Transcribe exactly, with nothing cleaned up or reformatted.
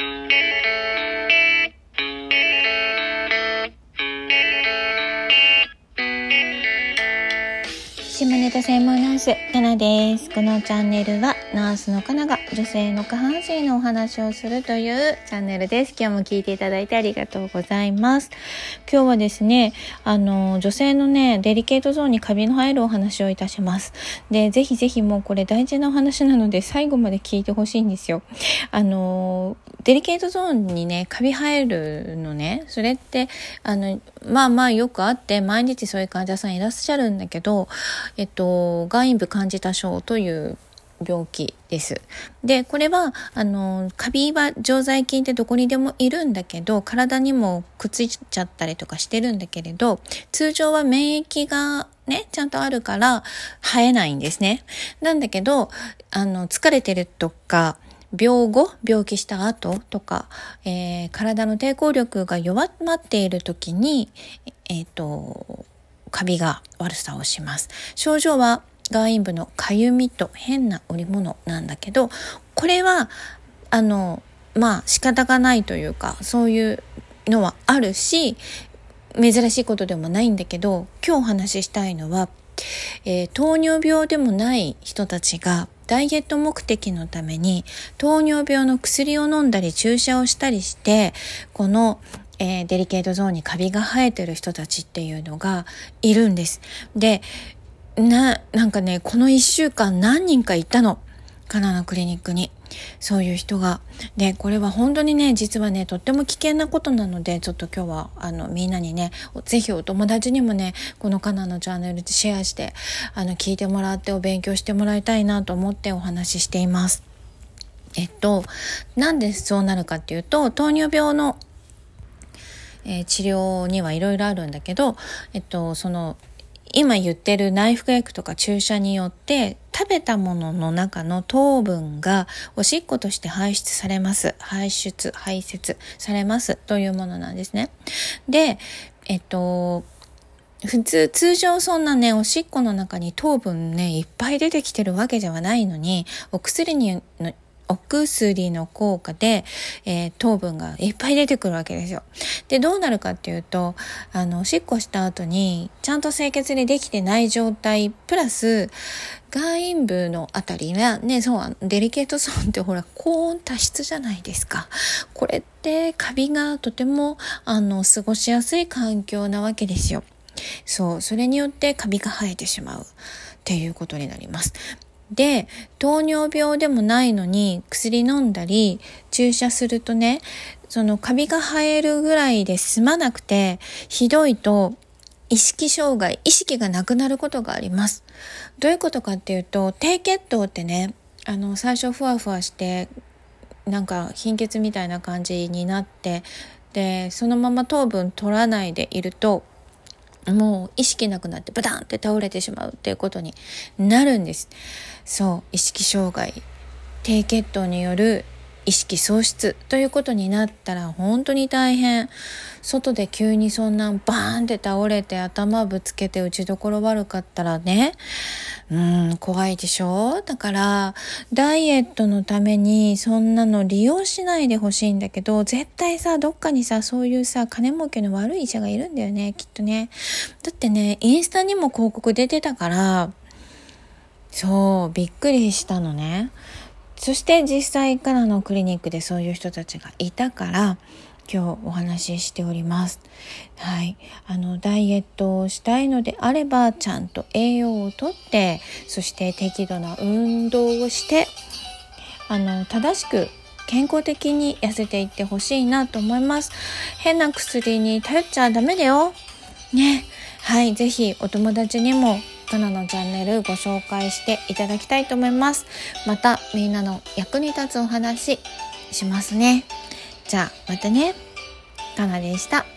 下ネタ専門ナースかなです。このチャンネルはナースのかなが女性の下半身のお話をするというチャンネルです。今日も聞いていただいてありがとうございます。今日はですね、あの女性のねデリケートゾーンにカビの生えるお話をいたします。で、ぜひぜひもうこれ大事なお話なので最後まで聞いてほしいんですよ。あのデリケートゾーンにねカビ生えるのね、それってあのまあまあよくあって毎日そういう患者さんいらっしゃるんだけど、えっと、外陰部感じた症という病気です。で、これはあのカビは常在菌ってどこにでもいるんだけど、体にもくっついちゃったりとかしてるんだけれど、通常は免疫がねちゃんとあるから生えないんですね。なんだけどあの疲れてるとか病後、病気した後とか、えー、体の抵抗力が弱まっている時に、えっとカビが悪さをします。症状は外陰部のかゆみと変な織物なんだけど、これはあのまあ仕方がないというか、そういうのはあるし珍しいことでもないんだけど、今日お話ししたいのは、えー、糖尿病でもない人たちがダイエット目的のために糖尿病の薬を飲んだり注射をしたりして、このえー、デリケートゾーンにカビが生えてる人たちっていうのがいるんです。で、な、なんかね、このいっしゅうかん何人かいたの。カナのクリニックに。そういう人が。で、これは本当にね、実はね、とっても危険なことなので、ちょっと今日は、あの、みんなにね、ぜひお友達にもね、このカナのチャンネルでシェアして、あの、聞いてもらってお勉強してもらいたいなと思ってお話ししています。えっと、なんでそうなるかっていうと、糖尿病のえー、治療にはいろいろあるんだけど、えっと、その今言ってる内服薬とか注射によって食べたものの中の糖分がおしっことして排出されます。排出、排泄されますというものなんですね。で、えっと、普通、通常そんなね、おしっこの中に糖分ね、いっぱい出てきてるわけじゃないのに、お薬にのお薬の効果で、えー、糖分がいっぱい出てくるわけですよ。で、どうなるかっていうと、あの、おしっこした後に、ちゃんと清潔にできてない状態、プラス、外陰部のあたりはね、そう、デリケートゾーンってほら、高温多湿じゃないですか。これってカビがとても、あの、過ごしやすい環境なわけですよ。そう、それによってカビが生えてしまうっていうことになります。で、糖尿病でもないのに薬飲んだり注射するとね、そのカビが生えるぐらいで済まなくて、ひどいと意識障害、意識がなくなることがあります。どういうことかっていうと、低血糖ってね、あの最初ふわふわしてなんか貧血みたいな感じになって、でそのまま糖分取らないでいるともう意識なくなってバタンって倒れてしまうっていうことになるんです。そう、意識障害、低血糖による意識喪失ということになったら本当に大変。外で急にそんなんバーンって倒れて頭ぶつけて打ちどころ悪かったらね、うーん怖いでしょ。だからダイエットのためにそんなの利用しないでほしいんだけど、絶対さどっかにさそういうさ金儲けの悪い医者がいるんだよね、きっとね。だってねインスタにも広告出てたから、そうびっくりしたのね。そして実際からのクリニックでそういう人たちがいたから今日お話ししております。はい、あのダイエットをしたいのであればちゃんと栄養をとって、そして適度な運動をして、あの正しく健康的に痩せていってほしいなと思います。変な薬に頼っちゃダメだよね。はい、ぜひお友達にもカナのチャンネルご紹介していただきたいと思います。またみんなの役に立つお話しますね。じゃあまたね。カナでした。